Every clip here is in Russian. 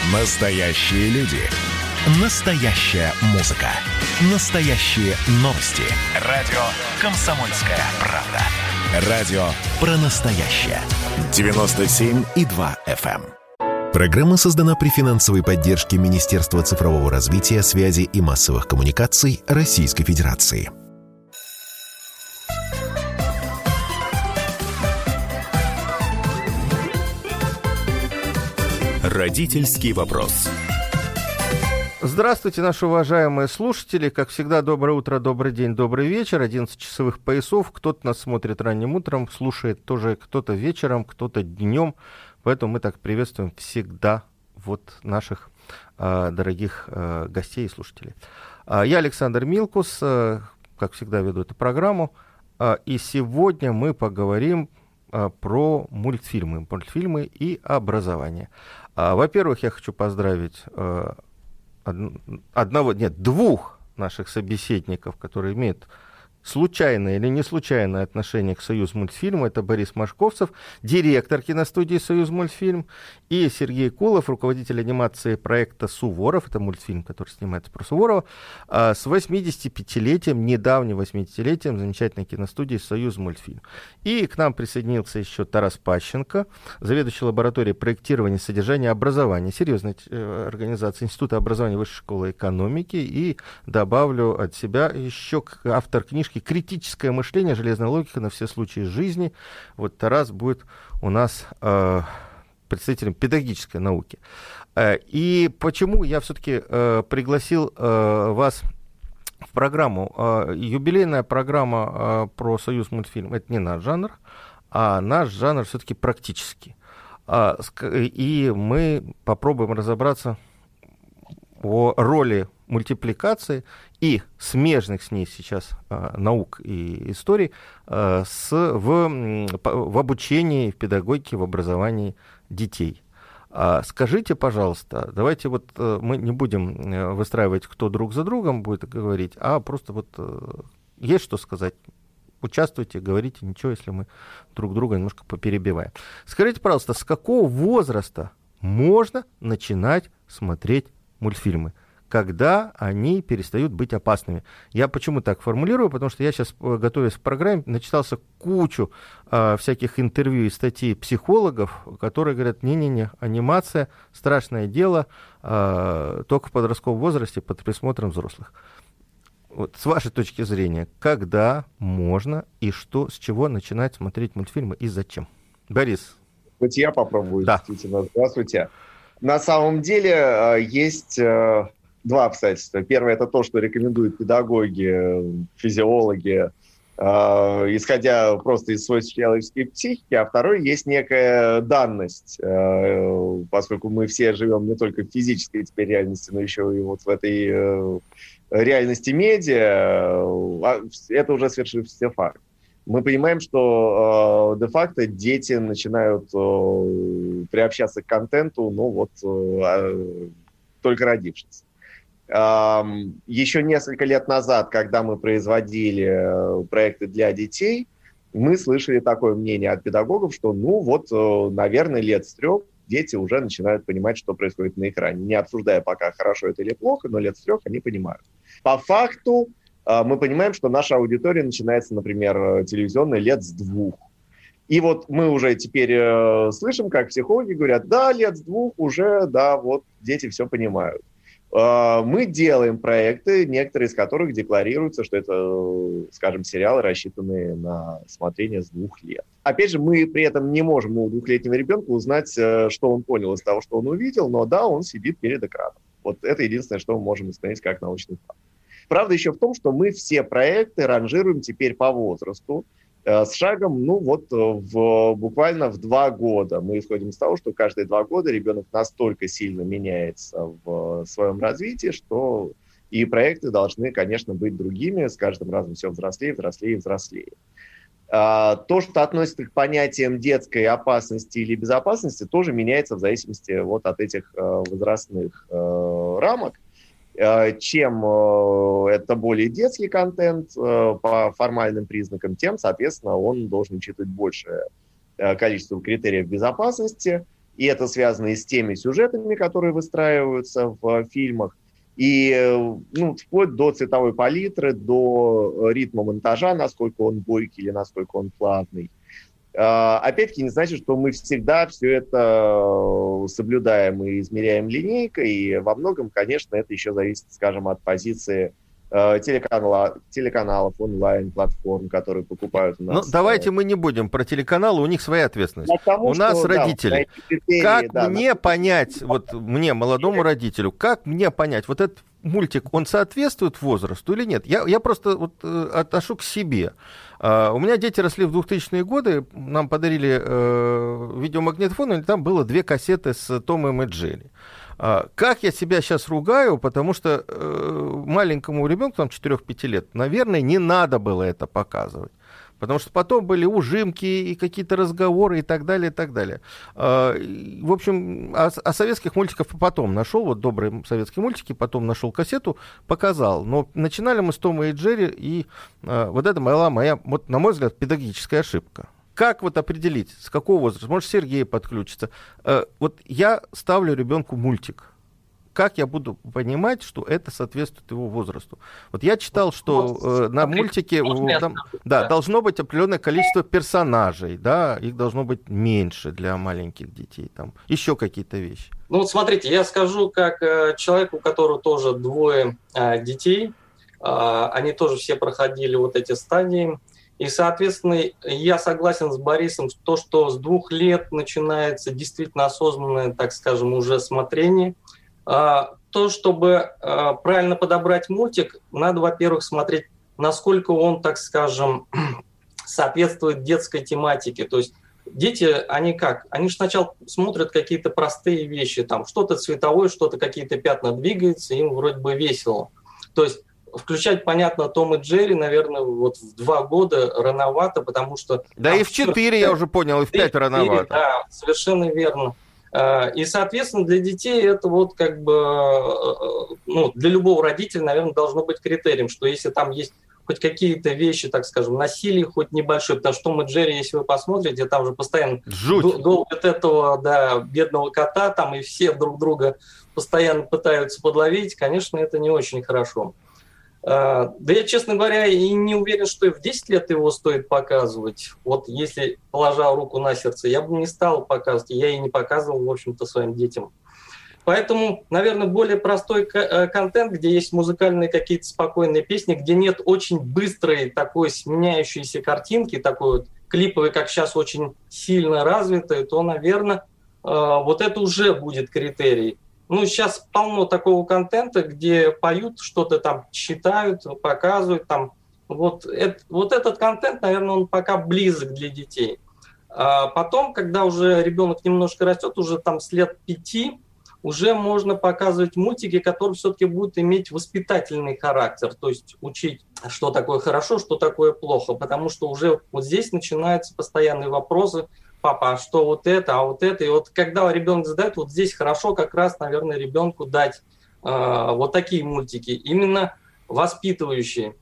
Настоящие люди. Настоящая музыка. Настоящие новости. Радио «Комсомольская правда». Радио про настоящее. 97,2 FM. Программа создана при финансовой поддержке Министерства цифрового развития, связи и массовых коммуникаций Российской Федерации. Родительский вопрос. Здравствуйте, наши уважаемые слушатели. Как всегда, доброе утро, добрый день, добрый вечер. 11 часовых поясов. Кто-то нас смотрит ранним утром, слушает тоже кто-то вечером, кто-то днем. Поэтому мы так приветствуем всегда наших дорогих гостей и слушателей. Я Александр Милкус, как всегда, веду эту программу. И сегодня мы поговорим про мультфильмы и образование. Во-первых, я хочу поздравить двух наших собеседников, которые имеют случайное или не случайное отношение к «Союзмультфильму». Это Борис Машковцев, директор киностудии «Союзмультфильм», и Сергей Кулов, руководитель анимации проекта «Суворов». Это мультфильм, который снимается про Суворова, с 85-летием, недавним 80-летием замечательной киностудии «Союзмультфильм». И к нам присоединился еще Тарас Пащенко, заведующий лабораторией проектирования, содержания и образования, серьезной организации Института образования Высшей школы экономики. И добавлю от себя еще автор книжки «Критическое мышление. Железная логика на все случаи жизни». Вот Тарас будет у нас представителем педагогической науки. И почему я все-таки пригласил вас в программу? Юбилейная программа про «Союзмультфильм» — это не наш жанр, а наш жанр все-таки практический. И мы попробуем разобраться о роли мультипликации и смежных с ней сейчас наук и историй в обучении, в педагогике, в образовании детей. Скажите, пожалуйста, давайте мы не будем выстраивать, кто друг за другом будет говорить, а просто есть что сказать. Участвуйте, говорите, ничего, если мы друг друга немножко поперебиваем. Скажите, пожалуйста, с какого возраста можно начинать смотреть мультфильмы, когда они перестают быть опасными? Я почему так формулирую? Потому что я сейчас, готовясь к программе, начитался кучу всяких интервью и статей психологов, которые говорят: не-не-не, анимация — страшное дело, только в подростковом возрасте под присмотром взрослых. Вот, с вашей точки зрения, когда можно и с чего начинать смотреть мультфильмы и зачем? Борис. Вот я попробую, да. Действительно. Здравствуйте. На самом деле есть два обстоятельства. Первое — это то, что рекомендуют педагоги, физиологи, исходя просто из свойств человеческой психики, а второе — есть некая данность, поскольку мы все живем не только в физической теперь реальности, но еще и в этой реальности медиа, это уже свершившийся факт. Мы понимаем, что де-факто дети начинают приобщаться к контенту, только родившись. Еще несколько лет назад, когда мы производили проекты для детей, мы слышали такое мнение от педагогов, что, наверное, лет с 3 дети уже начинают понимать, что происходит на экране. Не обсуждая пока, хорошо это или плохо, но лет с 3 они понимают. По факту мы понимаем, что наша аудитория начинается, например, телевизионная лет с 2. И мы уже теперь слышим, как психологи говорят: да, лет с 2 уже, дети все понимают. Мы делаем проекты, некоторые из которых декларируются, что это, скажем, сериалы, рассчитанные на смотрение с 2 лет. Опять же, мы при этом не можем у 2-летнего ребенка узнать, что он понял из того, что он увидел, но да, он сидит перед экраном. Это единственное, что мы можем установить как научный факт. Правда еще в том, что мы все проекты ранжируем теперь по возрасту, с шагом, буквально в 2 года. Мы исходим из того, что каждые 2 года ребенок настолько сильно меняется в своем развитии, что и проекты должны, конечно, быть другими, с каждым разом все взрослее. То, что относится к понятиям детской опасности или безопасности, тоже меняется в зависимости от этих возрастных рамок. Чем это более детский контент по формальным признакам, тем, соответственно, он должен учитывать большее количество критериев безопасности. и это связано и с теми сюжетами, которые выстраиваются в фильмах, и вплоть до цветовой палитры, до ритма монтажа, насколько он бойкий или насколько он плавный. Опять-таки не значит, что мы всегда все это соблюдаем и измеряем линейкой, и во многом, конечно, это еще зависит, скажем, от позиции телеканалов, онлайн-платформ, которые покупают у нас. Давайте мы не будем про телеканалы, у них своя ответственность. У нас родители. Как мне понять, вот мне, молодому родителю, как мне понять, вот этот мультик, он соответствует возрасту или нет? Я просто отношу к себе. У меня дети росли в 2000-е годы, нам подарили видеомагнитофон, и там было 2 кассеты с Томом и Джерри. Как я себя сейчас ругаю, потому что маленькому ребенку, там, 4-5 лет, наверное, не надо было это показывать. Потому что потом были ужимки и какие-то разговоры и так далее, и так далее. В общем, о советских мультиках потом нашел, вот добрые советские мультики, потом нашел кассету, показал. Но начинали мы с Тома и Джерри, и вот это была моя, вот, на мой взгляд, педагогическая ошибка. Как вот определить, с какого возраста? Может, Сергей подключится. Вот я ставлю ребенку мультик. Как я буду понимать, что это соответствует его возрасту? Вот я читал, что на мультике должно быть определенное количество персонажей, да, их должно быть меньше для маленьких детей, там еще какие-то вещи. Ну вот смотрите, я скажу как человек, у которого тоже 2 детей, они тоже все проходили вот эти стадии. И, соответственно, я согласен с Борисом, что с 2 лет начинается действительно осознанное, так скажем, уже смотрение. То, чтобы правильно подобрать мультик, надо, во-первых, смотреть, насколько он, так скажем, соответствует детской тематике. То есть дети, они как? Они же сначала смотрят какие-то простые вещи, там что-то цветовое, что-то, какие-то пятна двигаются, им вроде бы весело. То есть включать, понятно, Том и Джерри, наверное, вот в 2 года рановато, потому что... Да и в 4, я уже понял, и в 5 рановато. Да, совершенно верно. И, соответственно, для детей это вот как бы... для любого родителя, наверное, должно быть критерием, что если там есть хоть какие-то вещи, так скажем, насилие хоть небольшое, потому что Том и Джерри, если вы посмотрите, там же постоянно долбят этого, да, бедного кота, там и все друг друга постоянно пытаются подловить, конечно, это не очень хорошо. Да я, честно говоря, и не уверен, что и в 10 лет его стоит показывать. Вот если, положа руку на сердце, я бы не стал показывать, я и не показывал, в общем-то, своим детям. Поэтому, наверное, более простой контент, где есть музыкальные какие-то спокойные песни, где нет очень быстрой такой сменяющейся картинки, такой вот клиповой, как сейчас очень сильно развитой, то, наверное, вот это уже будет критерий. Сейчас полно такого контента, где поют, что-то там читают, показывают. Там. Вот этот контент, наверное, он пока близок для детей. А потом, когда уже ребенок немножко растет, уже там с лет 5, уже можно показывать мультики, которые все-таки будут иметь воспитательный характер. То есть учить, что такое хорошо, что такое плохо. Потому что уже вот здесь начинаются постоянные вопросы. Папа, а что вот это, а вот это? И вот когда ребенок задает, вот здесь хорошо как раз, наверное, ребенку дать вот такие мультики, именно воспитывающие.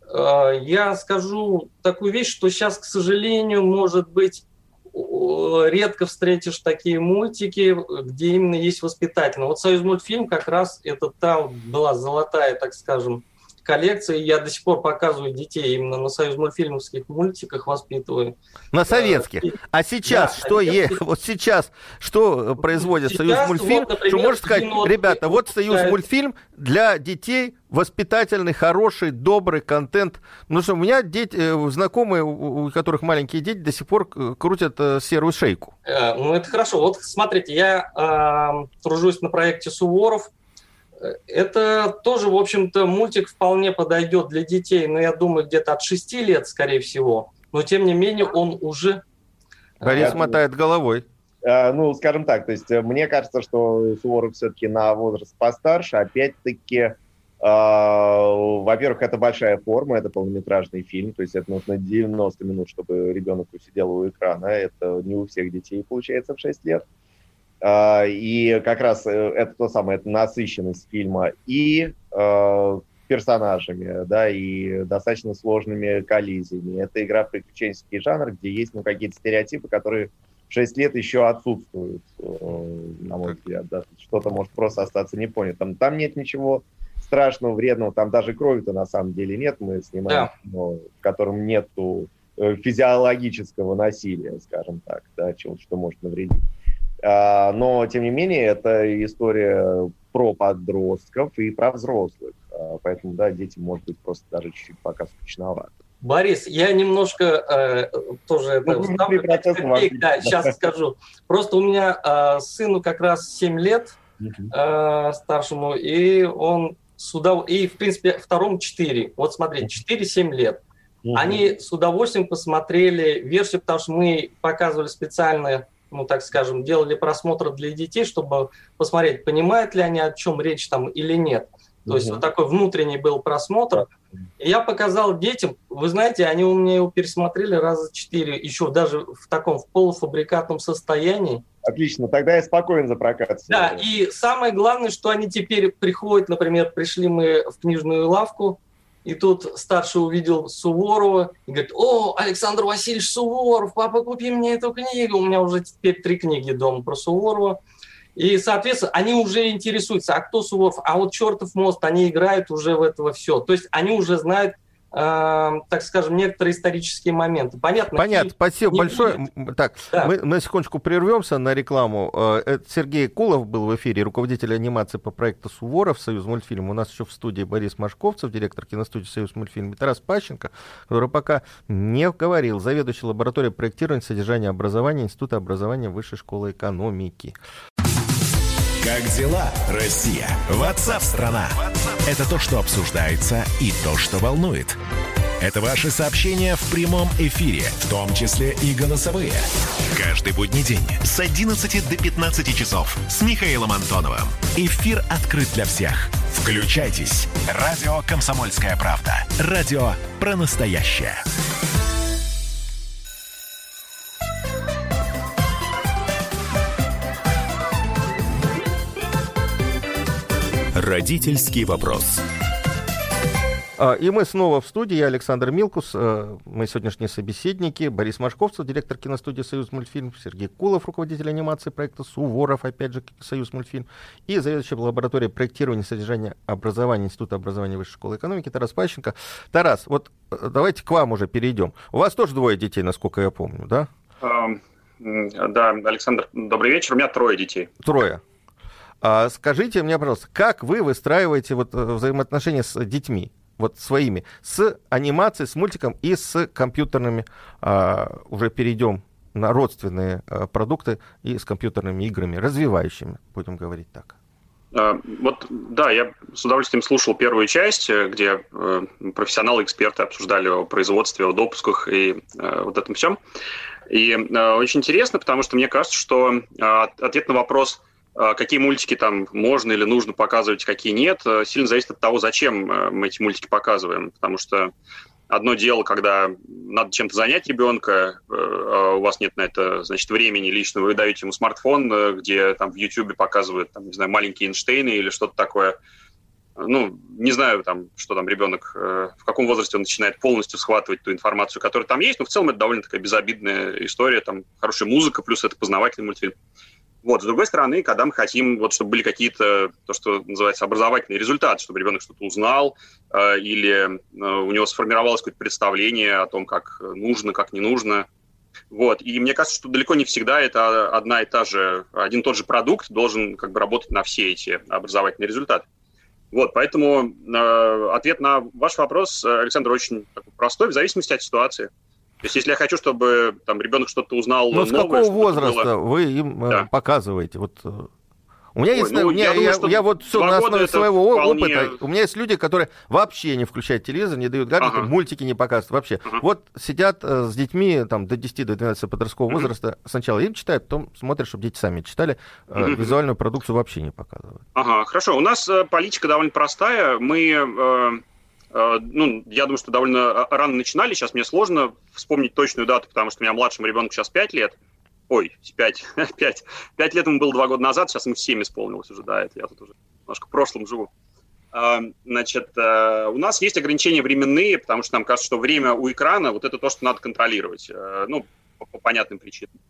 Я скажу такую вещь, что сейчас, к сожалению, может быть, редко встретишь такие мультики, где именно есть воспитательно. Вот «Союзмультфильм» как раз это та была золотая, так скажем, коллекция. Я до сих пор показываю детей именно на союзмультфильмовских мультиках, воспитываю. На советских. А сейчас что есть? Вот сейчас что производит Союзмультфильм? Вот, например, что можно сказать, ребята, вот Союзмультфильм для детей, воспитательный, хороший, добрый контент. Ну что, у меня дети, знакомые, у которых маленькие дети, до сих пор крутят серую шейку. Это хорошо. Вот смотрите, я тружусь на проекте «Суворов». Это тоже, в общем-то, мультик вполне подойдет для детей, но я думаю, где-то от 6 лет, скорее всего. Но, тем не менее, он уже... Борис мотает головой. Скажем так, то есть мне кажется, что Суворов все-таки на возраст постарше. Опять-таки, во-первых, это большая форма, это полнометражный фильм, то есть это нужно 90 минут, чтобы ребенок усидел у экрана. Это не у всех детей получается в 6 лет. И как раз это то самое, это насыщенность фильма и персонажами, да, и достаточно сложными коллизиями. Это игра в приключенческий жанр, где есть какие-то стереотипы, которые 6 лет еще отсутствуют, на мой взгляд. Да. Что-то может просто остаться непонятым. Там нет ничего страшного, вредного, там даже крови-то на самом деле нет. Мы снимаем кино, в котором нету физиологического насилия, скажем так, да, чего-то, что может навредить. Но, тем не менее, это история про подростков и про взрослых. Поэтому, да, дети, может быть, просто даже чуть-чуть пока скучновато. Борис, я немножко тоже сейчас скажу. Просто у меня сыну как раз 7 лет, старшему, и он и, в принципе, второму 4. Вот смотрите, 4-7 лет. Они с удовольствием посмотрели версию, потому что мы показывали специально, ну, так скажем, делали просмотр для детей, чтобы посмотреть, понимают ли они, о чем речь там или нет. То есть вот такой внутренний был просмотр. И я показал детям, вы знаете, они у меня его пересмотрели раза 4, еще даже в таком в полуфабрикатном состоянии. Отлично, тогда я спокоен за прокат. Да, и самое главное, что они теперь приходят, например, пришли мы в книжную лавку, и тут старший увидел Суворова и говорит: «О, Александр Васильевич Суворов, папа, купи мне эту книгу». У меня уже теперь 3 книги дома про Суворова. И, соответственно, они уже интересуются, а кто Суворов, а вот «Чертов мост», они играют уже в это все. То есть они уже знают, так скажем, некоторые исторические моменты. Понятно, спасибо большое. Так, да. мы на секундочку прервемся на рекламу. Это Сергей Кулов был в эфире, руководитель анимации по проекту «Суворов», «Союзмультфильм». У нас еще в студии Борис Машковцев, директор киностудии «Союзмультфильм», и Тарас Пащенко, который пока не говорил, заведующий лабораторией проектирования, содержания и образования Института образования Высшей школы экономики. Как дела, Россия? WhatsApp-страна! Это то, что обсуждается, и то, что волнует. Это ваши сообщения в прямом эфире, в том числе и голосовые. Каждый будний день с 11 до 15 часов с Михаилом Антоновым. Эфир открыт для всех. Включайтесь. Радио «Комсомольская правда». Радио про настоящее. Родительский вопрос. И мы снова в студии. Я Александр Милкус. Мои сегодняшние собеседники. Борис Машковцев, директор киностудии «Союзмультфильм». Сергей Кулов, руководитель анимации проекта «Суворов», опять же, «Союзмультфильм». И заведующий лабораторией проектирования, содержания образования Института образования Высшей школы экономики Тарас Пащенко. Тарас, вот давайте к вам уже перейдем. У вас тоже 2 детей, насколько я помню, да? Да, Александр, добрый вечер. У меня 3 детей. 3. Скажите мне, пожалуйста, как вы выстраиваете вот взаимоотношения с детьми, вот своими, с анимацией, с мультиком и с компьютерными, уже перейдем на родственные продукты, и с компьютерными играми, развивающими, будем говорить так? Вот, да, я с удовольствием слушал первую часть, где профессионалы-эксперты обсуждали о производстве, о допусках и вот этом всем. И очень интересно, потому что мне кажется, что ответ на вопрос, какие мультики там можно или нужно показывать, какие нет, сильно зависит от того, зачем мы эти мультики показываем. Потому что одно дело, когда надо чем-то занять ребенка, а у вас нет на это, значит, времени личного, вы даете ему смартфон, где там в YouTube показывают, там, не знаю, маленькие Эйнштейны или что-то такое. Ну, не знаю, там, что там ребенок, в каком возрасте он начинает полностью схватывать ту информацию, которая там есть, но в целом это довольно такая безобидная история, там хорошая музыка, плюс это познавательный мультфильм. Вот, с другой стороны, когда мы хотим, вот, чтобы были какие-то, то, что называется, образовательные результаты, чтобы ребенок что-то узнал, или у него сформировалось какое-то представление о том, как нужно, как не нужно. Вот, и мне кажется, что далеко не всегда это один и тот же продукт должен как бы работать на все эти образовательные результаты. Вот, поэтому ответ на ваш вопрос, Александр, очень такой простой, в зависимости от ситуации. То есть, если я хочу, чтобы там ребенок что-то узнал новое... Но с какого возраста вы им показываете? Вот, у меня есть, я вот все на основе своего опыта. У меня есть люди, которые вообще не включают телевизор, не дают гаджеты, мультики не показывают вообще. Вот сидят с детьми там, до 10-12 подросткового возраста, сначала им читают, потом смотрят, чтобы дети сами читали, визуальную продукцию вообще не показывают. Хорошо. У нас политика довольно простая. Мы... я думаю, что довольно рано начинали. Сейчас мне сложно вспомнить точную дату, потому что у меня младшему ребенку сейчас 5 лет. Ой, 5 лет ему было 2 года назад, сейчас ему 7 исполнилось уже, да, это я тут уже немножко в прошлом живу. Значит, у нас есть ограничения временные, потому что нам кажется, что время у экрана, вот это то, что надо контролировать, по понятным причинам.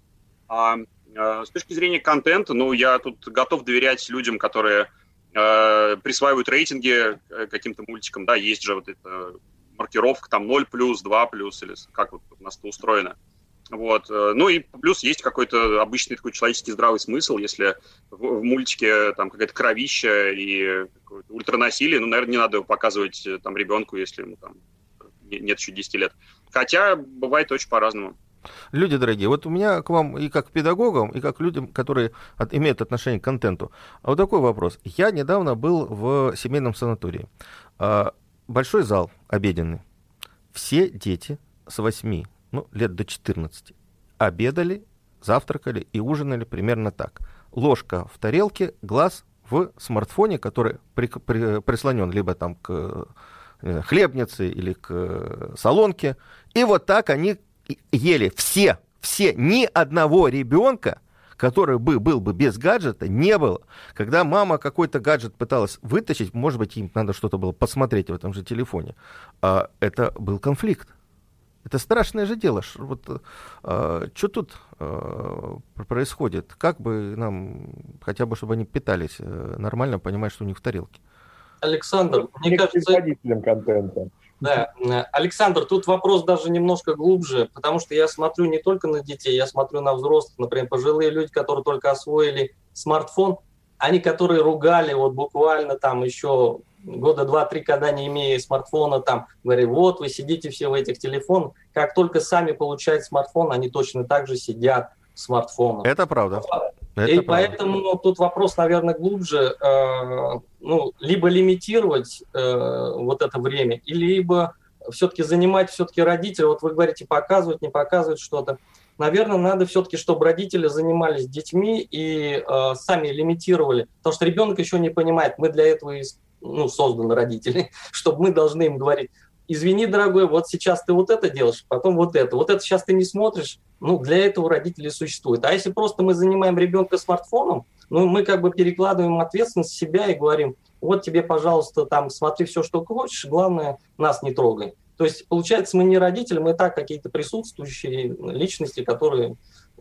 А с точки зрения контента, я тут готов доверять людям, которые присваивают рейтинги каким-то мультикам, да, есть же вот эта маркировка там 0+, 2+, или как вот у нас это устроено. Вот. И плюс есть какой-то обычный такой человеческий здравый смысл, если в мультике там какая-то кровища и ультранасилие, наверное, не надо его показывать там ребенку, если ему там нет еще 10 лет. Хотя бывает очень по-разному. Люди дорогие, вот у меня к вам и как к педагогам, и как к людям, которые имеют отношение к контенту. А вот такой вопрос. Я недавно был в семейном санатории. Большой зал обеденный. Все дети с 8 лет до 14 обедали, завтракали и ужинали примерно так. Ложка в тарелке, глаз в смартфоне, который прислонен либо там к хлебнице или к солонке. И вот так они ели все, ни одного ребенка, который был бы без гаджета, не было. Когда мама какой-то гаджет пыталась вытащить, может быть, им надо что-то было посмотреть в этом же телефоне, это был конфликт. Это страшное же дело. Что тут происходит? Как бы нам, хотя бы, чтобы они питались нормально, понимая, что у них в тарелке? Александр, мне кажется... Производителям контента. Да, Александр, тут вопрос даже немножко глубже, потому что я смотрю не только на детей, я смотрю на взрослых, например, пожилые люди, которые только освоили смартфон, они, которые ругали вот буквально там еще года 2-3, когда не имея смартфона, там, говорили, вот вы сидите все в этих телефонах, как только сами получают смартфон, они точно так же сидят в смартфонах. Это правда. Поэтому тут вопрос, наверное, глубже, либо лимитировать вот это время, либо все-таки занимать все-таки родителей. Вот вы говорите, показывать, не показывать что-то. Наверное, надо все-таки, чтобы родители занимались детьми и сами лимитировали. Потому что ребенок еще не понимает, мы для этого и созданы родители, чтобы мы должны им говорить, извини, дорогой, вот сейчас ты вот это делаешь, потом вот это сейчас ты не смотришь, для этого родители существуют. А если просто мы занимаем ребенка смартфоном, мы как бы перекладываем ответственность с себя и говорим, вот тебе, пожалуйста, там смотри все, что хочешь, главное, нас не трогай. То есть, получается, мы не родители, мы так какие-то присутствующие личности, которые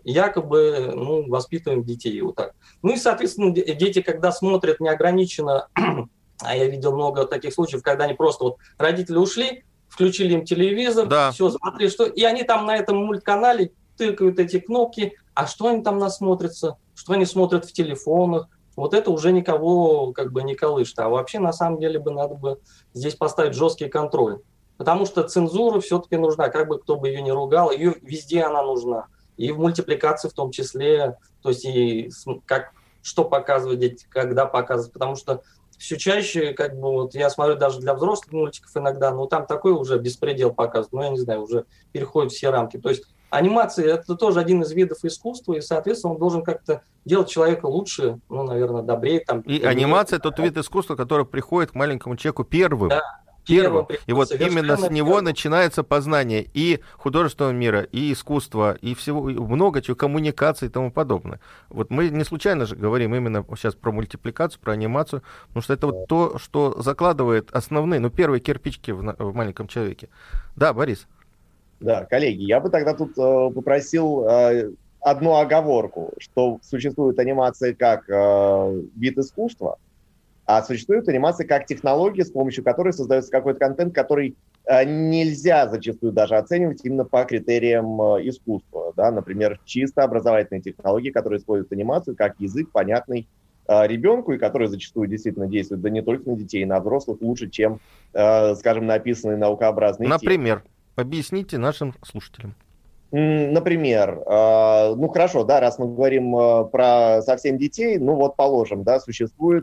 якобы воспитываем детей вот так. И, соответственно, дети, когда смотрят неограниченно, а я видел много таких случаев, когда они просто родители ушли, включили им телевизор, все, смотрели, и они там на этом мультканале тыкают эти кнопки, а что они там насмотрятся, что они смотрят в телефонах, вот это уже никого как бы не колышет. А вообще, на самом деле, надо бы здесь поставить жесткий контроль. Потому что цензура все-таки нужна, как бы кто бы ее ни ругал, ее везде она нужна. И в мультипликации в том числе, то есть и что показывать дети, когда показывать, потому что все чаще, я смотрю даже для взрослых мультиков иногда, там такой уже беспредел показывают, я не знаю, уже переходит все рамки. То есть анимация – это тоже один из видов искусства, и, соответственно, он должен как-то делать человека лучше, наверное, добрее. И анимация – тот вид искусства, который приходит к маленькому человеку первым. Да. Первым. И вот именно с него начинается познание и художественного мира, и искусства, и всего, и много чего, коммуникации и тому подобное. Вот мы не случайно же говорим именно сейчас про мультипликацию, про анимацию, потому что это вот то, что закладывает основные, первые кирпичики в маленьком человеке. Да, Борис? Да, коллеги, я бы тогда тут попросил одну оговорку, что существует анимация как вид искусства, а существует анимация как технология, с помощью которой создается какой-то контент, который нельзя зачастую даже оценивать именно по критериям искусства. Да? Например, чисто образовательные технологии, которые используют анимацию как язык, понятный ребенку, и которые зачастую действительно действуют, да не только на детей, на взрослых лучше, чем, скажем, написанные наукообразные тексты. Например, объясните нашим слушателям. Например, хорошо, да, раз мы говорим про совсем детей, положим, да, существует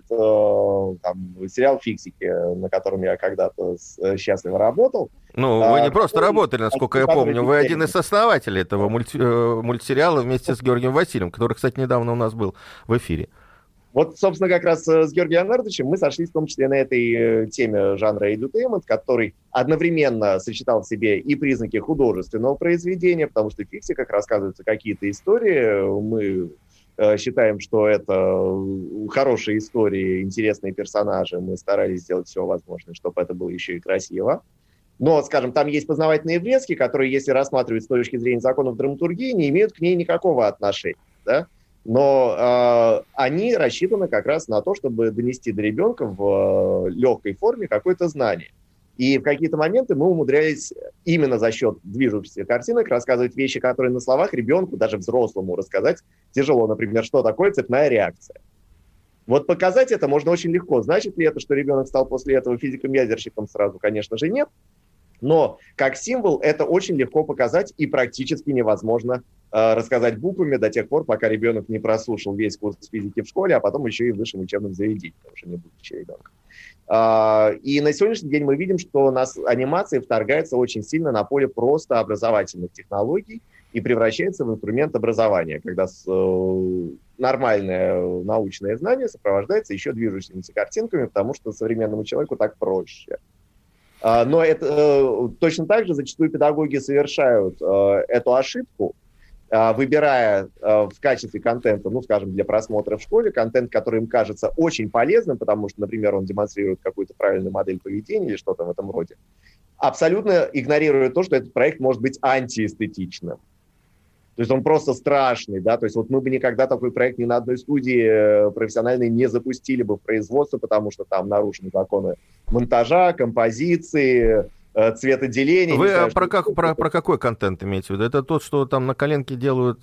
сериал «Фиксики», на котором я когда-то счастливо работал. Вы не просто работали, насколько я помню, вы один из основателей этого мультсериала вместе с Георгием Васильевым, который, кстати, недавно у нас был в эфире. Вот, собственно, как раз с Георгием Леонардовичем мы сошлись в том числе на этой теме жанра edutainment, который одновременно сочетал в себе и признаки художественного произведения, потому что в «Фиксиках» рассказываются какие-то истории, мы считаем, что это хорошие истории, интересные персонажи, мы старались сделать все возможное, чтобы это было еще и красиво. Но, скажем, там есть познавательные врезки, которые, если рассматривать с точки зрения законов драматургии, не имеют к ней никакого отношения. Да? Но они рассчитаны как раз на то, чтобы донести до ребенка в легкой форме какое-то знание. И в какие-то моменты мы умудрялись именно за счет движущихся картинок рассказывать вещи, которые на словах ребенку, даже взрослому, рассказать тяжело. Например, что такое цепная реакция. Вот показать это можно очень легко. Значит ли это, что ребенок стал после этого физиком-ядерщиком сразу? Конечно же, нет. Но как символ это очень легко показать и практически невозможно рассказать буквами до тех пор, пока ребенок не прослушал весь курс физики в школе, а потом еще и в высшем учебном заведении, потому что не будучи ребенком. И на сегодняшний день мы видим, что у нас анимация вторгается очень сильно на поле просто образовательных технологий и превращается в инструмент образования, когда нормальное научное знание сопровождается еще движущимися картинками, потому что современному человеку так проще. Но это, точно так же зачастую педагоги совершают эту ошибку, выбирая в качестве контента, ну, скажем, для просмотра в школе, контент, который им кажется очень полезным, потому что, например, он демонстрирует какую-то правильную модель поведения или что-то в этом роде, абсолютно игнорируя то, что этот проект может быть антиэстетичным. То есть он просто страшный, да, то есть вот мы бы никогда такой проект ни на одной студии профессиональной не запустили бы в производство, потому что там нарушены законы монтажа, композиции, цветоделения. Вы про какой контент имеете в виду? Это тот, что там на коленке делают...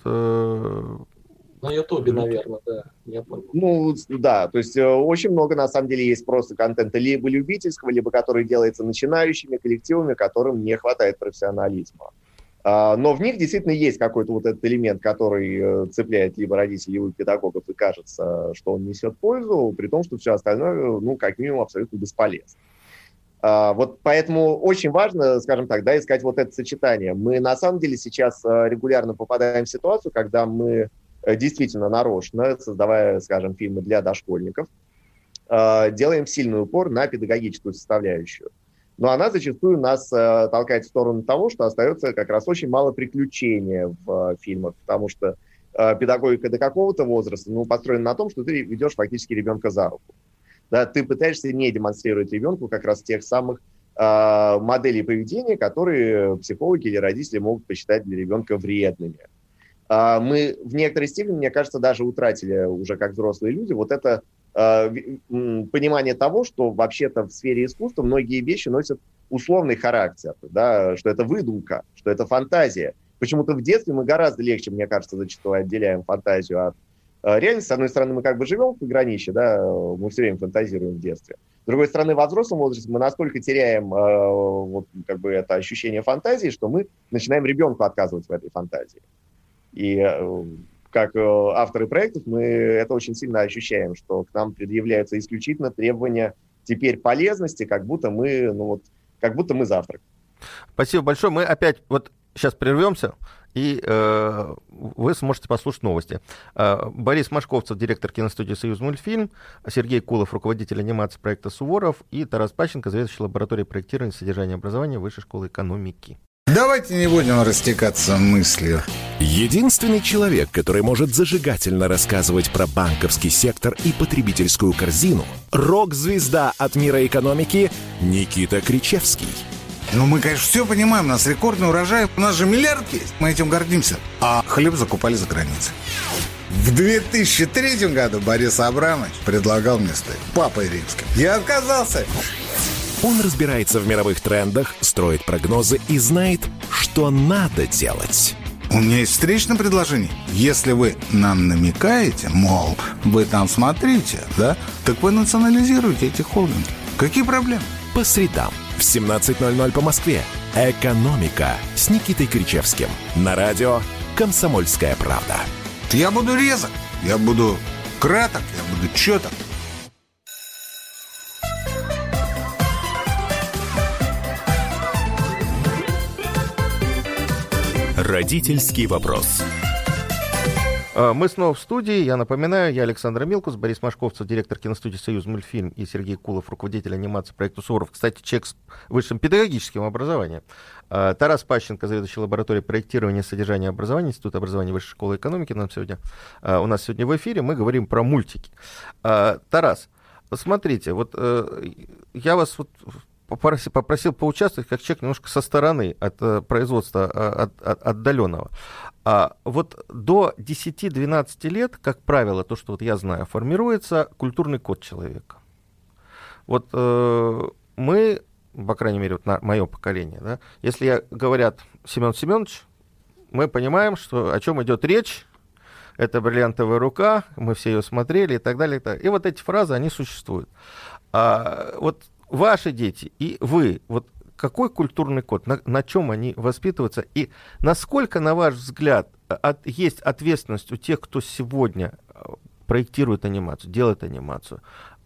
На Ютубе, наверное, да, я понял. Ну, да, то есть очень много, на самом деле, есть просто контента либо любительского, либо который делается начинающими коллективами, которым не хватает профессионализма. Но в них действительно есть какой-то вот этот элемент, который цепляет либо родителей, либо педагогов, и кажется, что он несет пользу, при том, что все остальное, ну, как минимум, абсолютно бесполезно. Вот поэтому очень важно, скажем так, да, искать вот это сочетание. Мы на самом деле сейчас регулярно попадаем в ситуацию, когда мы действительно нарочно, создавая, скажем, фильмы для дошкольников, делаем сильный упор на педагогическую составляющую. Но она зачастую нас толкает в сторону того, что остается как раз очень мало приключения в фильмах, потому что педагогика до какого-то возраста построена на том, что ты ведешь фактически ребенка за руку. Да, ты пытаешься не демонстрировать ребенку как раз тех самых моделей поведения, которые психологи или родители могут посчитать для ребенка вредными. Мы в некоторой степени, мне кажется, даже утратили уже как взрослые люди вот это понимание того, что вообще-то в сфере искусства многие вещи носят условный характер, да, что это выдумка, что это фантазия. Почему-то в детстве мы гораздо легче, мне кажется, зачастую отделяем фантазию от реальности. С одной стороны, мы как бы живем в пограничье, да, мы все время фантазируем в детстве. С другой стороны, во взрослом возрасте мы настолько теряем вот, как бы это ощущение фантазии, что мы начинаем ребенку отказывать в этой фантазии. И как авторы проектов мы это очень сильно ощущаем, что к нам предъявляются исключительно требования теперь полезности, как будто мы, ну вот, как будто мы завтрак. Спасибо большое. Мы опять вот сейчас прервемся, и вы сможете послушать новости. Борис Машковцев, директор киностудии «Союзмультфильм», Сергей Кулов, руководитель анимации проекта «Суворов», и Тарас Пащенко, заведующий лабораторией проектирования и содержания образования Высшей школы экономики. Давайте не будем растекаться мыслью. Единственный человек, который может зажигательно рассказывать про банковский сектор и потребительскую корзину, рок-звезда от мира экономики Никита Кричевский. Ну, мы, конечно, все понимаем, у нас рекордный урожай, у нас же миллиард есть, мы этим гордимся. А хлеб закупали за границей. В 2003 году Борис Абрамович предлагал мне стать папой римским. Я отказался. Он разбирается в мировых трендах, строит прогнозы и знает, что надо делать. У меня есть встречное предложение. Если вы нам намекаете, мол, вы там смотрите, да, так вы национализируете эти холдинги. Какие проблемы? По средам в 17:00 по Москве. «Экономика» с Никитой Кричевским. На радио «Комсомольская правда». Я буду резок, я буду краток, я буду чёток. Родительский вопрос. Мы снова в студии. Я напоминаю, я Александр Милкус, Борис Машковцев, директор киностудии «Союзмультфильм», и Сергей Кулов, руководитель анимации проекта «Суворов». Кстати, человек с высшим педагогическим образованием. Тарас Пащенко, заведующий лабораторией проектирования и содержания образования, Института образования Высшей школы экономики. У нас сегодня в эфире мы говорим про мультики. Тарас, смотрите, вот я вас вот попросил поучаствовать как человек немножко со стороны от производства отдаленного. Вот до 10-12 лет, как правило, то, что вот я знаю, формируется культурный код человека. Вот мы, по крайней мере, вот мое поколение, да, если говорят Семен Семенович, мы понимаем, что, о чем идет речь. Это «Бриллиантовая рука», мы все ее смотрели и так далее. И вот эти фразы, они существуют. Вот ваши дети и вы, вот какой культурный код, на чем они воспитываются, и насколько, на ваш взгляд, есть ответственность у тех, кто сегодня проектирует анимацию, делает анимацию,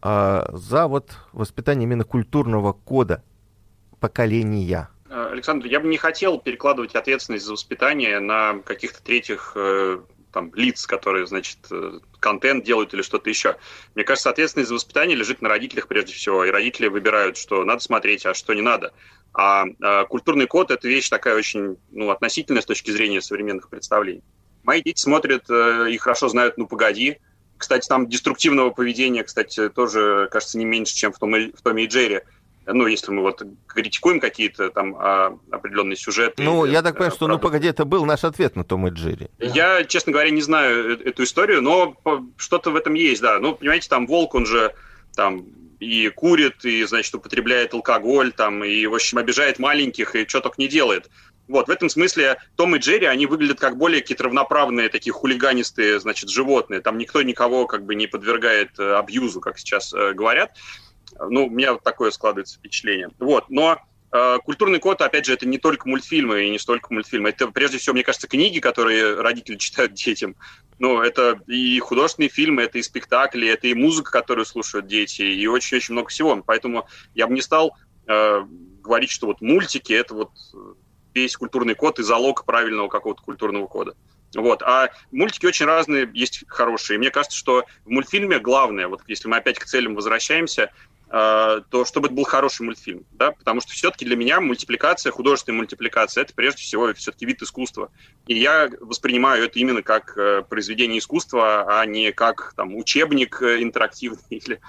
за вот воспитание именно культурного кода поколения? Александр, я бы не хотел перекладывать ответственность за воспитание на каких-то третьих лиц, которые, значит, контент делают или что-то еще. Мне кажется, ответственность за воспитание лежит на родителях прежде всего, и родители выбирают, что надо смотреть, а что не надо. А культурный код – это вещь такая очень относительная с точки зрения современных представлений. Мои дети смотрят и хорошо знают «Ну, погоди». Кстати, там деструктивного поведения, тоже, кажется, не меньше, чем в Томе и Джерри. Если мы вот критикуем какие-то там определенные сюжеты. Я так понимаю, что «Ну, погоди», это был наш ответ на Том и Джерри. Я, честно говоря, не знаю эту историю, но что-то в этом есть, да. Понимаете, там волк, он же там и курит, и, значит, употребляет алкоголь, там, и, в общем, обижает маленьких, и что только не делает. Вот, в этом смысле Том и Джерри, они выглядят как более какие-то равноправные, такие хулиганистые, значит, животные. Там никто никого как бы не подвергает абьюзу, как сейчас говорят. У меня вот такое складывается впечатление. Вот, но культурный код, опять же, это не только мультфильмы и не столько мультфильмы. Это, прежде всего, мне кажется, книги, которые родители читают детям. Это и художественные фильмы, это и спектакли, это и музыка, которую слушают дети, и очень-очень много всего. Поэтому я бы не стал говорить, что вот мультики – это вот весь культурный код и залог правильного какого-то культурного кода. Вот. А мультики очень разные, есть хорошие. И мне кажется, что в мультфильме главное, вот если мы опять к целям возвращаемся, то чтобы это был хороший мультфильм, да, потому что все-таки для меня мультипликация, художественная мультипликация, это прежде всего все-таки вид искусства. И я воспринимаю это именно как произведение искусства, а не как там учебник интерактивный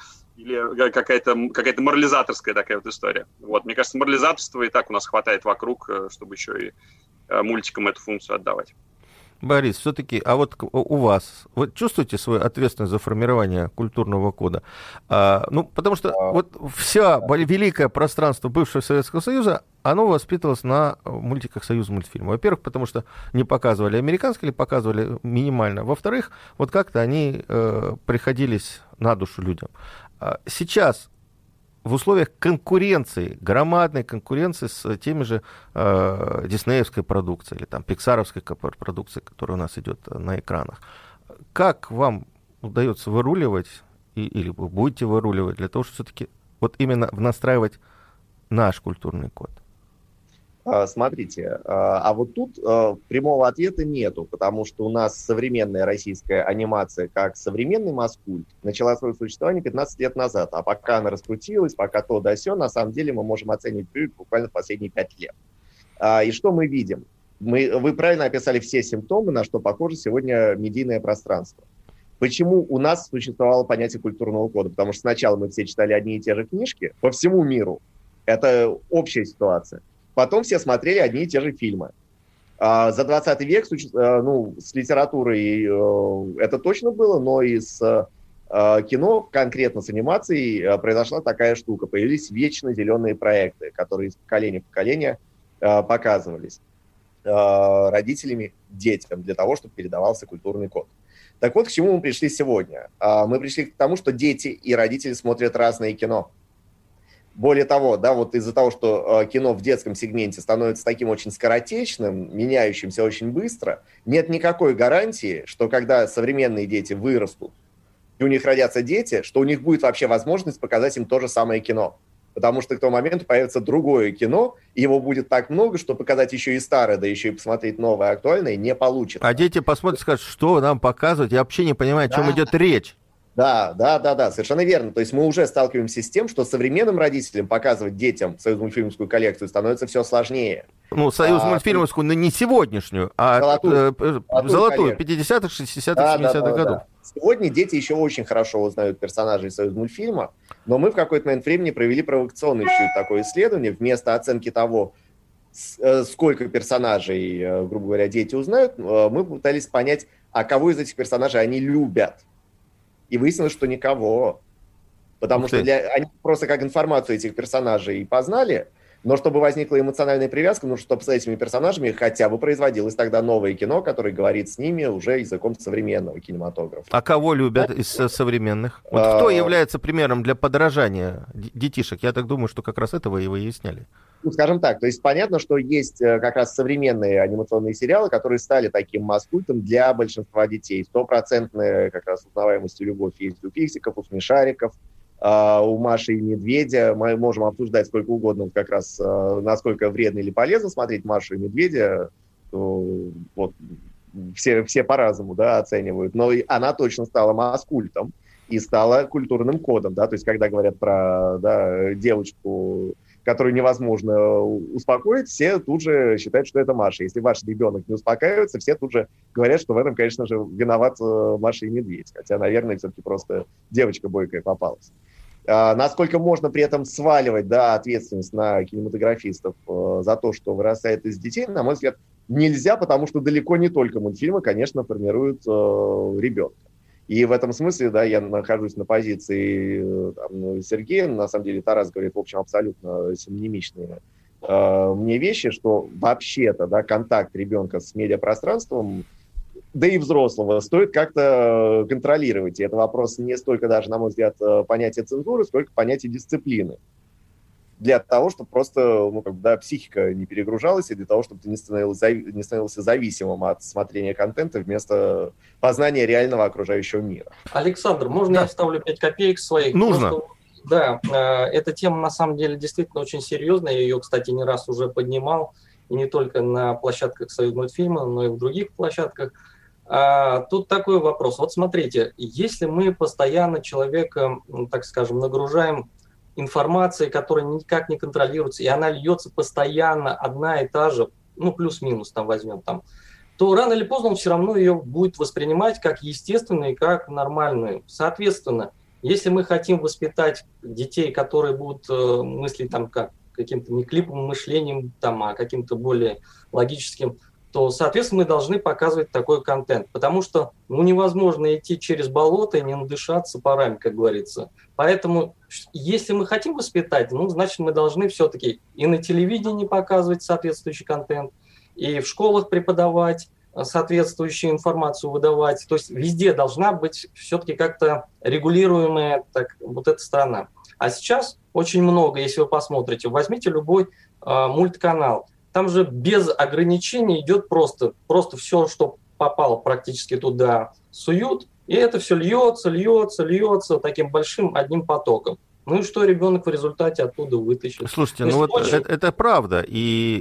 или какая-то морализаторская такая вот история. Вот. Мне кажется, морализаторства и так у нас хватает вокруг, чтобы еще и мультикам эту функцию отдавать. Борис, все-таки, а вот у вас, вы чувствуете свою ответственность за формирование культурного кода? Потому что вот все великое пространство бывшего Советского Союза, оно воспитывалось на мультиках «Союз мультфильма». Во-первых, потому что не показывали американские или показывали минимально. Во-вторых, вот как-то они приходились на душу людям. Сейчас в условиях конкуренции, громадной конкуренции с теми же диснеевской продукцией или там пиксаровской продукцией, которая у нас идет на экранах. Как вам удается выруливать, или вы будете выруливать, для того, чтобы все-таки вот именно настраивать наш культурный код? Смотрите, а вот тут прямого ответа нету, потому что у нас современная российская анимация, как современный маскульт, начала свое существование 15 лет назад, а пока она раскрутилась, пока то да сё, на самом деле мы можем оценивать буквально последние 5 лет. И что мы видим? Вы правильно описали все симптомы, на что похоже сегодня медийное пространство. Почему у нас существовало понятие культурного кода? Потому что сначала мы все читали одни и те же книжки по всему миру. Это общая ситуация. Потом все смотрели одни и те же фильмы. За 20 век с литературой это точно было, но и с кино, конкретно с анимацией, произошла такая штука. Появились вечно зеленые проекты, которые из поколения в поколение показывались родителями детям для того, чтобы передавался культурный код. Так вот, к чему мы пришли сегодня? Мы пришли к тому, что дети и родители смотрят разное кино. Более того, да, вот из-за того, что кино в детском сегменте становится таким очень скоротечным, меняющимся очень быстро, нет никакой гарантии, что когда современные дети вырастут, и у них родятся дети, что у них будет вообще возможность показать им то же самое кино. Потому что к тому моменту появится другое кино, и его будет так много, что показать еще и старое, да еще и посмотреть новое, актуальное не получится. А дети посмотрят и скажут, что нам показывать, я вообще не понимаю, о чем идет речь. Да, совершенно верно. То есть мы уже сталкиваемся с тем, что современным родителям показывать детям свою мультфильмскую коллекцию становится все сложнее. Ну, «Союз мультфильмовскую», но не сегодняшнюю, а золотую 50-х, 60-х, 70-х годов. Да. Сегодня дети еще очень хорошо узнают персонажей «Союз мультфильма», но мы в какой-то момент времени провели провокационное чуть такое исследование. Вместо оценки того, сколько персонажей, грубо говоря, дети узнают, мы пытались понять, а кого из этих персонажей они любят. И выяснилось, что никого. Потому что они просто как информацию этих персонажей познали, но чтобы возникла эмоциональная привязка, ну, чтобы с этими персонажами хотя бы производилось тогда новое кино, которое говорит с ними уже языком современного кинематографа. А кого любят из современных? Вот кто является примером для подражания детишек? Я так думаю, что как раз этого и выясняли. Ну, скажем так, то есть понятно, что есть как раз современные анимационные сериалы, которые стали таким масс-культом для большинства детей. 100% как раз узнаваемость и любовь есть у фиксиков, у смешариков, у Маши и Медведя. Мы можем обсуждать сколько угодно, как раз насколько вредно или полезно смотреть Машу и Медведя. Вот, все по-разному, да, оценивают. Но она точно стала масс-культом и стала культурным кодом. Да? То есть когда говорят про девочку, которую невозможно успокоить, все тут же считают, что это Маша. Если ваш ребенок не успокаивается, все тут же говорят, что в этом, конечно же, виноват Маша и Медведь. Хотя, наверное, все-таки просто девочка бойкая попалась. Насколько можно при этом сваливать ответственность на кинематографистов за то, что вырастает из детей, на мой взгляд, нельзя, потому что далеко не только мультфильмы, конечно, формируют ребенка. И в этом смысле, я нахожусь на позиции Сергея, на самом деле Тарас говорит, в общем, абсолютно синонимичные мне вещи, что вообще-то, контакт ребенка с медиапространством, да и взрослого, стоит как-то контролировать. И это вопрос не столько даже, на мой взгляд, понятия цензуры, сколько понятия дисциплины. Для того, чтобы просто психика не перегружалась, и для того, чтобы ты не становился зависимым от смотрения контента вместо познания реального окружающего мира. Александр, можно я вставлю 5 копеек своих? Нужно. Да, эта тема на самом деле действительно очень серьезная. Я ее, кстати, не раз уже поднимал, и не только на площадках «Союз мультфильма», но и в других площадках. Тут такой вопрос. Вот смотрите, если мы постоянно человека, так скажем, нагружаем информации, которая никак не контролируется, и она льется постоянно одна и та же, плюс-минус возьмем, то рано или поздно он все равно ее будет воспринимать как естественную и как нормальную. Соответственно, если мы хотим воспитать детей, которые будут мыслить как каким-то не клиповым мышлением, а каким-то более логическим, то, соответственно, мы должны показывать такой контент. Потому что невозможно идти через болото и не надышаться парами, как говорится. Поэтому, если мы хотим воспитать, значит, мы должны все-таки и на телевидении показывать соответствующий контент, и в школах преподавать, соответствующую информацию выдавать. То есть везде должна быть все-таки как-то регулируемая эта сторона. А сейчас очень много, если вы посмотрите, возьмите любой мультканал. Там же без ограничений идет просто все, что попало практически туда, суют, и это все льется таким большим одним потоком. Ну и что ребенок в результате оттуда вытащит? Слушайте, это правда. И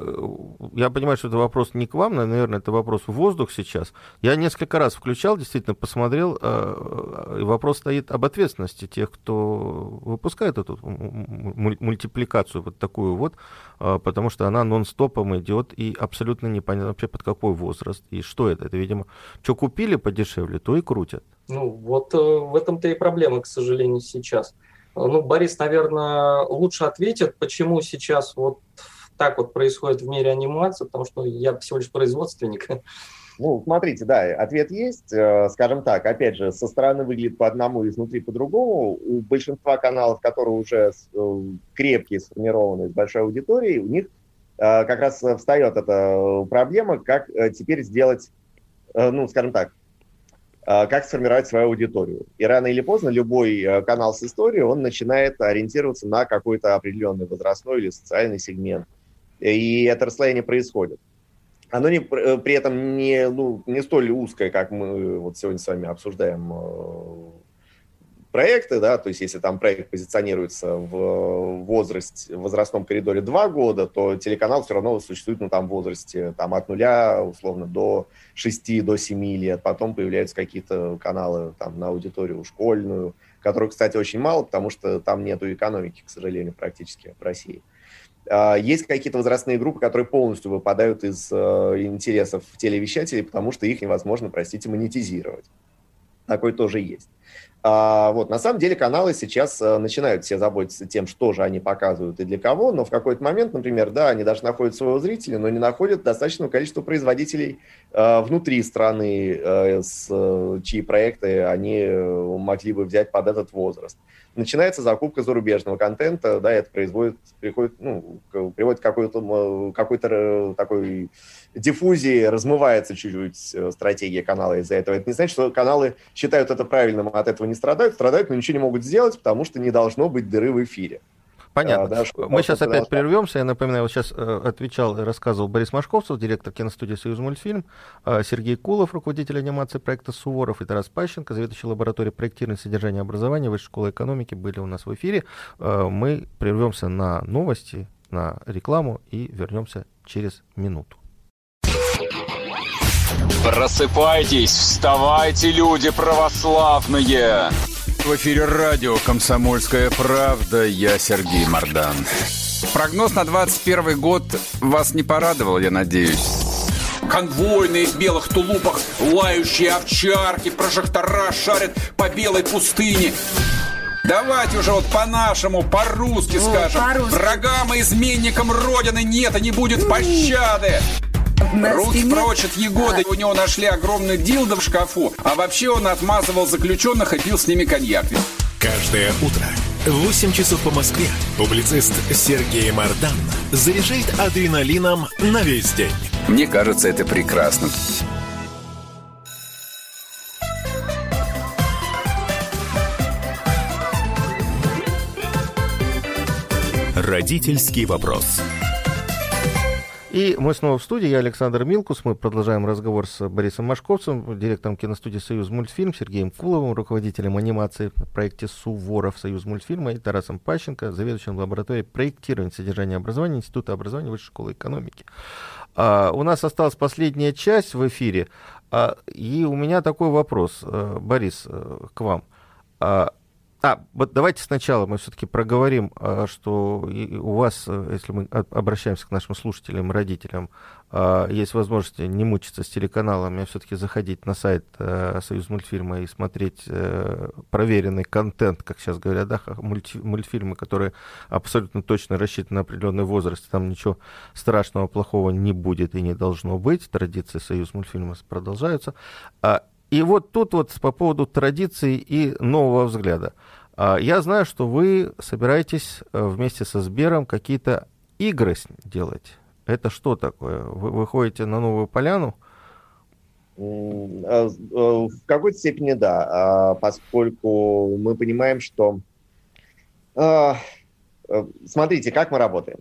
я понимаю, что это вопрос не к вам, наверное, это вопрос в воздух сейчас. Я несколько раз включал, действительно посмотрел, и вопрос стоит об ответственности тех, кто выпускает эту мультипликацию такую потому что она нон-стопом идет, и абсолютно непонятно вообще под какой возраст, и что это. Это, видимо, что купили подешевле, то и крутят. В этом-то и проблема, к сожалению, сейчас. Борис, наверное, лучше ответит, почему сейчас так происходит в мире анимации, потому что я всего лишь производственник. Смотрите, ответ есть. Скажем так, опять же, со стороны выглядит по одному, изнутри по другому. У большинства каналов, которые уже крепкие, сформированные, с большой аудиторией, у них как раз встает эта проблема, как теперь сделать, скажем так, как сформировать свою аудиторию. И рано или поздно любой канал с историей, он начинает ориентироваться на какой-то определенный возрастной или социальный сегмент. И это расслоение происходит. Оно при этом не столь узкое, как мы сегодня с вами обсуждаем проекты, то есть если там проект позиционируется в возрастном коридоре 2 года, то телеканал все равно существует в возрасте от 0 условно до 6, до 7 лет. Потом появляются какие-то каналы на аудиторию школьную, которых, кстати, очень мало, потому что там нету экономики, к сожалению, практически в России. Есть какие-то возрастные группы, которые полностью выпадают из интересов телевещателей, потому что их невозможно, простите, монетизировать. Такое тоже есть. На самом деле каналы сейчас начинают все заботиться тем, что же они показывают и для кого, но в какой-то момент, например, да, они даже находят своего зрителя, но не находят достаточного количества производителей внутри страны, чьи проекты они могли бы взять под этот возраст. Начинается закупка зарубежного контента, да, это приводит к какой-то такой диффузии, размывается чуть-чуть стратегия канала из-за этого. Это не значит, что каналы считают это правильным, а от этого не страдают, но ничего не могут сделать, потому что не должно быть дыры в эфире. Понятно. Да, мы сейчас опять прервемся. Я напоминаю, вот сейчас отвечал и рассказывал Борис Машковцев, директор киностудии «Союзмультфильм», Сергей Кулов, руководитель анимации проекта «Суворов», и Тарас Пащенко, заведующий лабораторией проектирования и содержания образования Высшей школы экономики, были у нас в эфире. Мы прервемся на новости, на рекламу и вернемся через минуту. Просыпайтесь, вставайте, люди православные! В эфире радио «Комсомольская правда». Я Сергей Мордан. Прогноз на 21 год вас не порадовал, я надеюсь. Конвойные в белых тулупах, лающие овчарки, прожектора шарят по белой пустыне. Давайте уже вот по-нашему, по-русски скажем. По-русски. Врагам и изменникам Родины нет и не будет пощады. Руки прочь от Егоды. У него нашли огромный дилдо в шкафу. А вообще он отмазывал заключенных и пил с ними коньяк. Каждое утро в 8 часов по Москве публицист Сергей Мордан заряжает адреналином на весь день. Мне кажется, это прекрасно. Родительский вопрос. И мы снова в студии. Я Александр Милкус. Мы продолжаем разговор с Борисом Машковцем, директором киностудии «Союзмультфильм», Сергеем Куловым, руководителем анимации в проекте «Суворов» «Союзмультфильма», и Тарасом Пащенко, заведующим лабораторией проектирования и содержания образования Института образования Высшей школы экономики. У нас осталась последняя часть в эфире. И у меня такой вопрос, Борис, к вам. Вот давайте сначала мы все-таки проговорим, что у вас, если мы обращаемся к нашим слушателям, родителям, есть возможность не мучиться с телеканалами, а все-таки заходить на сайт «Союзмультфильма» и смотреть проверенный контент, как сейчас говорят, да, мультфильмы, которые абсолютно точно рассчитаны на определенный возраст, там ничего страшного, плохого не будет и не должно быть, традиции «Союзмультфильма» продолжаются. И вот тут вот по поводу традиций и нового взгляда. Я знаю, что вы собираетесь вместе со Сбером какие-то игры делать. Это что такое? Вы выходите на новую поляну? В какой-то степени да, поскольку мы понимаем, что... Смотрите, как мы работаем.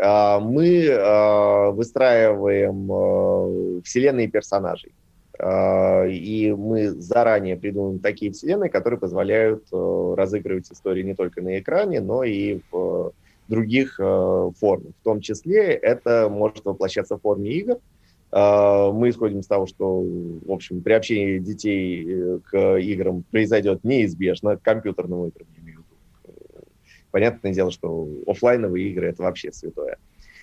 Мы выстраиваем вселенные персонажей. И мы заранее придумываем такие вселенные, которые позволяют разыгрывать истории не только на экране, но и в других формах. В том числе это может воплощаться в форме игр. Мы исходим из того, что, в общем, приобщение детей к играм произойдет неизбежно, к компьютерным играм, я имею в виду. Понятное дело, что офлайновые игры – это вообще святое.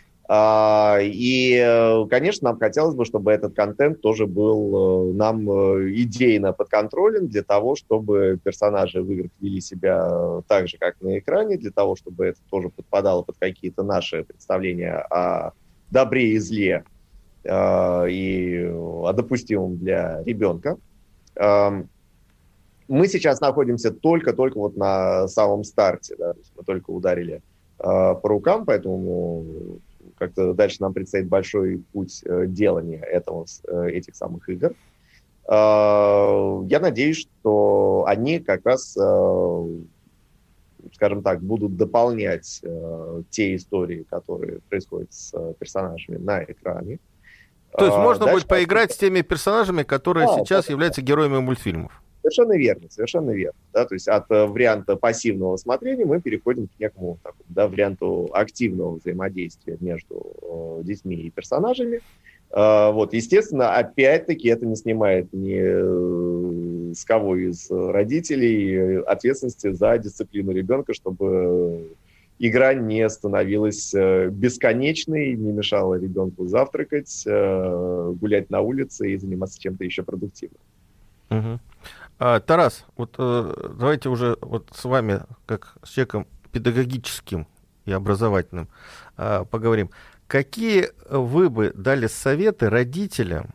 И, конечно, нам хотелось бы, чтобы этот контент тоже был нам идейно подконтролен для того, чтобы персонажи в играх вели себя так же, как на экране, для того, чтобы это тоже подпадало под какие-то наши представления о добре и зле и о допустимом для ребенка. Мы сейчас находимся только вот на самом старте, да, то есть мы только ударили по рукам, поэтому... Как-то дальше нам предстоит большой путь делания этих самых игр. Я надеюсь, что они как раз, скажем так, будут дополнять те истории, которые происходят с персонажами на экране. То есть можно будет поиграть с теми персонажами, которые сейчас являются героями мультфильмов? Совершенно верно, совершенно верно. Да? То есть от варианта пассивного смотрения мы переходим к некому такому, да, варианту активного взаимодействия между детьми и персонажами. Вот, естественно, опять-таки это не снимает ни с кого из родителей ответственности за дисциплину ребенка, чтобы игра не становилась бесконечной, не мешала ребенку завтракать, гулять на улице и заниматься чем-то еще продуктивным. Угу. Тарас, вот давайте уже вот с вами, как с человеком педагогическим и образовательным, поговорим. Какие вы бы дали советы родителям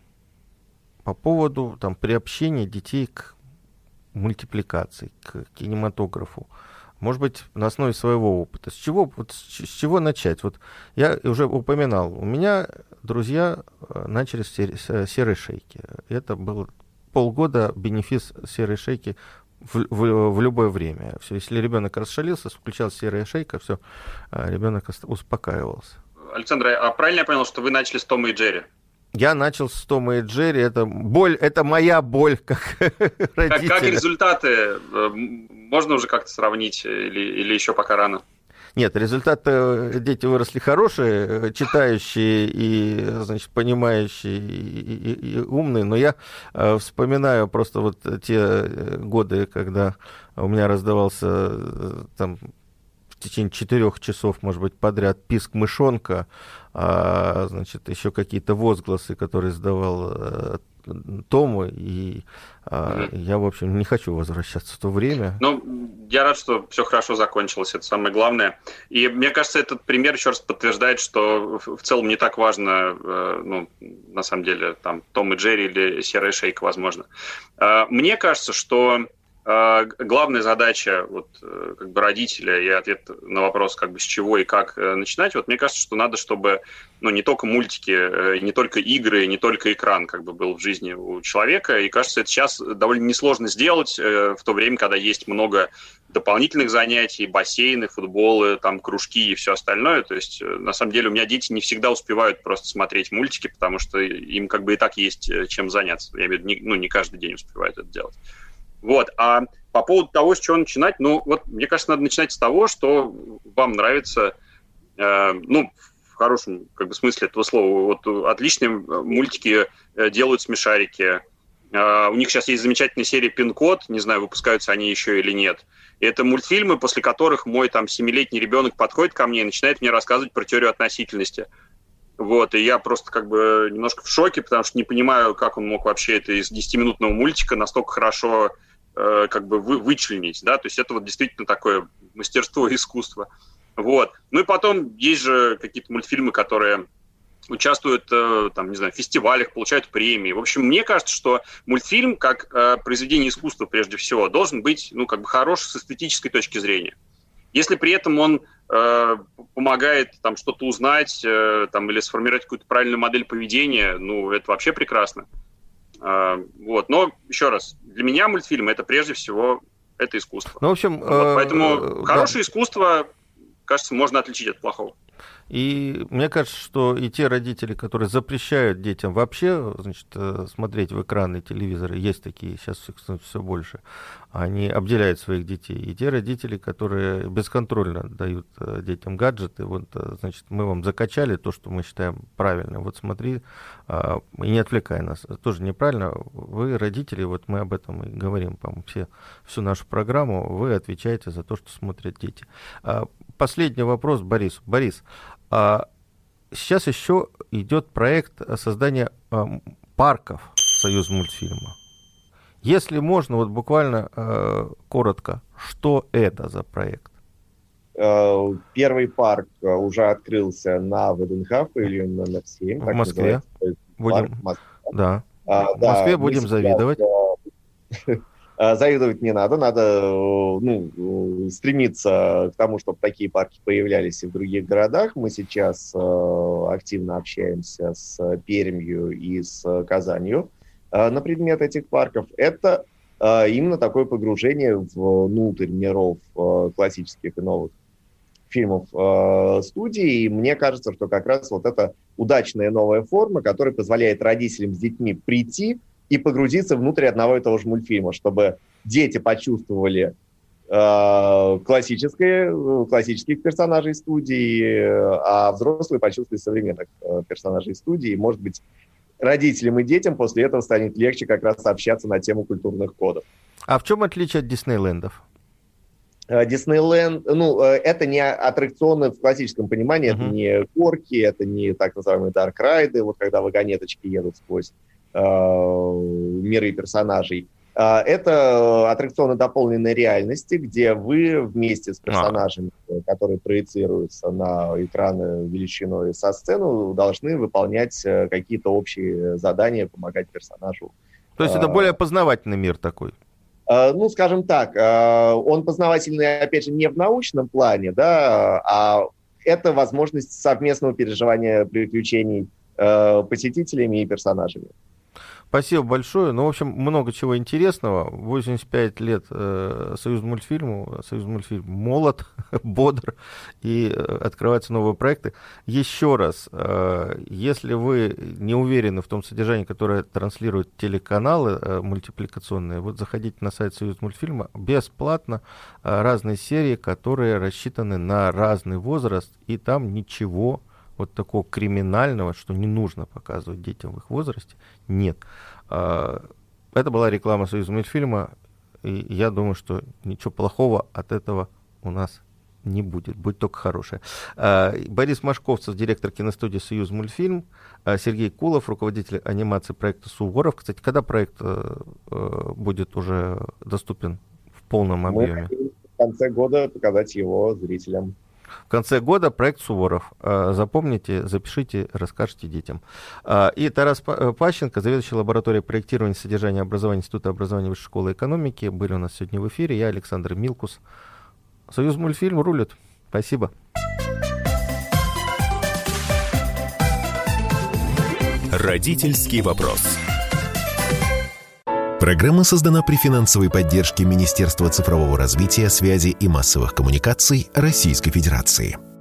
по поводу там, приобщения детей к мультипликации, к кинематографу? Может быть, на основе своего опыта. С чего начать? Вот я уже упоминал, у меня друзья начали с «Серой шейки». Это было полгода бенефис «Серой шейки» в любое время. Все, если ребенок расшалился, включалась «Серая шейка», все, ребенок успокаивался. Александр, а правильно я понял, что вы начали с Тома и Джерри? Я начал с Тома и Джерри. Это боль, это моя боль как родителя. Как результаты? Можно уже как-то сравнить или еще пока рано? Нет, результаты дети выросли хорошие, читающие и, значит, понимающие и умные. Но я вспоминаю просто вот те годы, когда у меня раздавался там в течение 4 часов, может быть, подряд писк мышонка, значит, еще какие-то возгласы, которые издавал Тому, и я, в общем, не хочу возвращаться в то время. Ну, я рад, что все хорошо закончилось, это самое главное. И мне кажется, этот пример еще раз подтверждает, что в целом не так важно, ну, на самом деле, там, Том и Джерри или Серая шейка, возможно. Мне кажется, что главная задача вот, как бы родителя и ответ на вопрос, как бы, с чего и как начинать, вот мне кажется, что надо, чтобы ну, не только мультики, не только игры, не только экран как бы, был в жизни у человека. И кажется, это сейчас довольно несложно сделать в то время, когда есть много дополнительных занятий, бассейны, футболы, там, кружки и все остальное. То есть, на самом деле, у меня дети не всегда успевают просто смотреть мультики, потому что им как бы и так есть чем заняться. Я имею в виду, не каждый день успевают это делать. Вот, а по поводу того, с чего начинать, ну, вот, мне кажется, надо начинать с того, что вам нравится, ну, в хорошем, как бы, смысле этого слова. Вот отличные мультики делают смешарики. У них сейчас есть замечательная серия «Пин-код», не знаю, выпускаются они еще или нет. И это мультфильмы, после которых мой, там, 7-летний ребенок подходит ко мне и начинает мне рассказывать про теорию относительности. Вот, и я просто как бы немножко в шоке, потому что не понимаю, как он мог вообще это из 10-минутного мультика настолько хорошо как бы вычленить, да, то есть это вот действительно такое мастерство и искусство. Вот. Ну и потом есть же какие-то мультфильмы, которые участвуют, там, не знаю, в фестивалях, получают премии. В общем, мне кажется, что мультфильм, как произведение искусства прежде всего, должен быть, ну, как бы хорош с эстетической точки зрения. Если при этом он помогает там что-то узнать там, или сформировать какую-то правильную модель поведения, ну, это вообще прекрасно. Вот. Но, еще раз, для меня мультфильм — это прежде всего это искусство. Ну, в общем, вот. Поэтому хорошее искусство, кажется, можно отличить от плохого. И мне кажется, что и те родители, которые запрещают детям вообще, значит, смотреть в экраны телевизоры, есть такие, сейчас все больше, они обделяют своих детей. И те родители, которые бесконтрольно дают детям гаджеты, вот, значит, мы вам закачали то, что мы считаем правильным, вот смотри, и не отвлекай нас. Тоже неправильно. Вы, родители, вот мы об этом и говорим, по-моему, всю нашу программу, вы отвечаете за то, что смотрят дети. Последний вопрос Борису. Борис, сейчас еще идет проект создания парков Союзмультфильма. Если можно, вот буквально коротко, что это за проект? Первый парк уже открылся на ВДНХ, в павильоне номер 7. В Москве. Да. В Москве будем завидовать. Завидовать не надо, надо стремиться к тому, чтобы такие парки появлялись и в других городах. Мы сейчас активно общаемся с Пермью и с Казанью на предмет этих парков. Это именно такое погружение внутрь миров классических и новых фильмов студии. И мне кажется, что как раз вот это удачная новая форма, которая позволяет родителям с детьми прийти и погрузиться внутрь одного и того же мультфильма, чтобы дети почувствовали классических персонажей студии, а взрослые почувствовали современных персонажей студии. Может быть, родителям и детям после этого станет легче как раз общаться на тему культурных кодов. А в чем отличие от Диснейлендов? Диснейленд, это не аттракционы в классическом понимании, это не горки, это не так называемые дарк-райды, вот когда вагонеточки едут сквозь миры персонажей. Это аттракционы дополненной реальности, где вы вместе с персонажами, которые проецируются на экраны величиной со сцену, должны выполнять какие-то общие задания, помогать персонажу. То есть это более познавательный мир такой? Скажем так, он познавательный, опять же, не в научном плане, да, а это возможность совместного переживания приключений посетителями и персонажами. Спасибо большое. В общем, много чего интересного. 85 лет Союзмультфильму. Союзмультфильм молод, бодр, и открываются новые проекты. Еще раз, если вы не уверены в том содержании, которое транслируют телеканалы мультипликационные, вот заходите на сайт Союзмультфильма, бесплатно разные серии, которые рассчитаны на разный возраст, и там ничего вот такого криминального, что не нужно показывать детям в их возрасте, нет. Это была реклама Союзмультфильма, и я думаю, что ничего плохого от этого у нас не будет, будет только хорошее. Борис Машковцев, директор киностудии «Союзмультфильм», Сергей Кулов, руководитель анимации проекта «Суворов». Кстати, когда проект будет уже доступен в полном объеме? Мы хотим в конце года показать его зрителям. В конце года проект «Суворов». Запомните, запишите, расскажите детям. И Тарас Пащенко, заведующий лабораторией проектирования и содержания образования Института образования Высшей школы экономики, были у нас сегодня в эфире. Я Александр Милкус. Союзмультфильм рулит. Спасибо. Родительский вопрос. Программа создана при финансовой поддержке Министерства цифрового развития, связи и массовых коммуникаций Российской Федерации.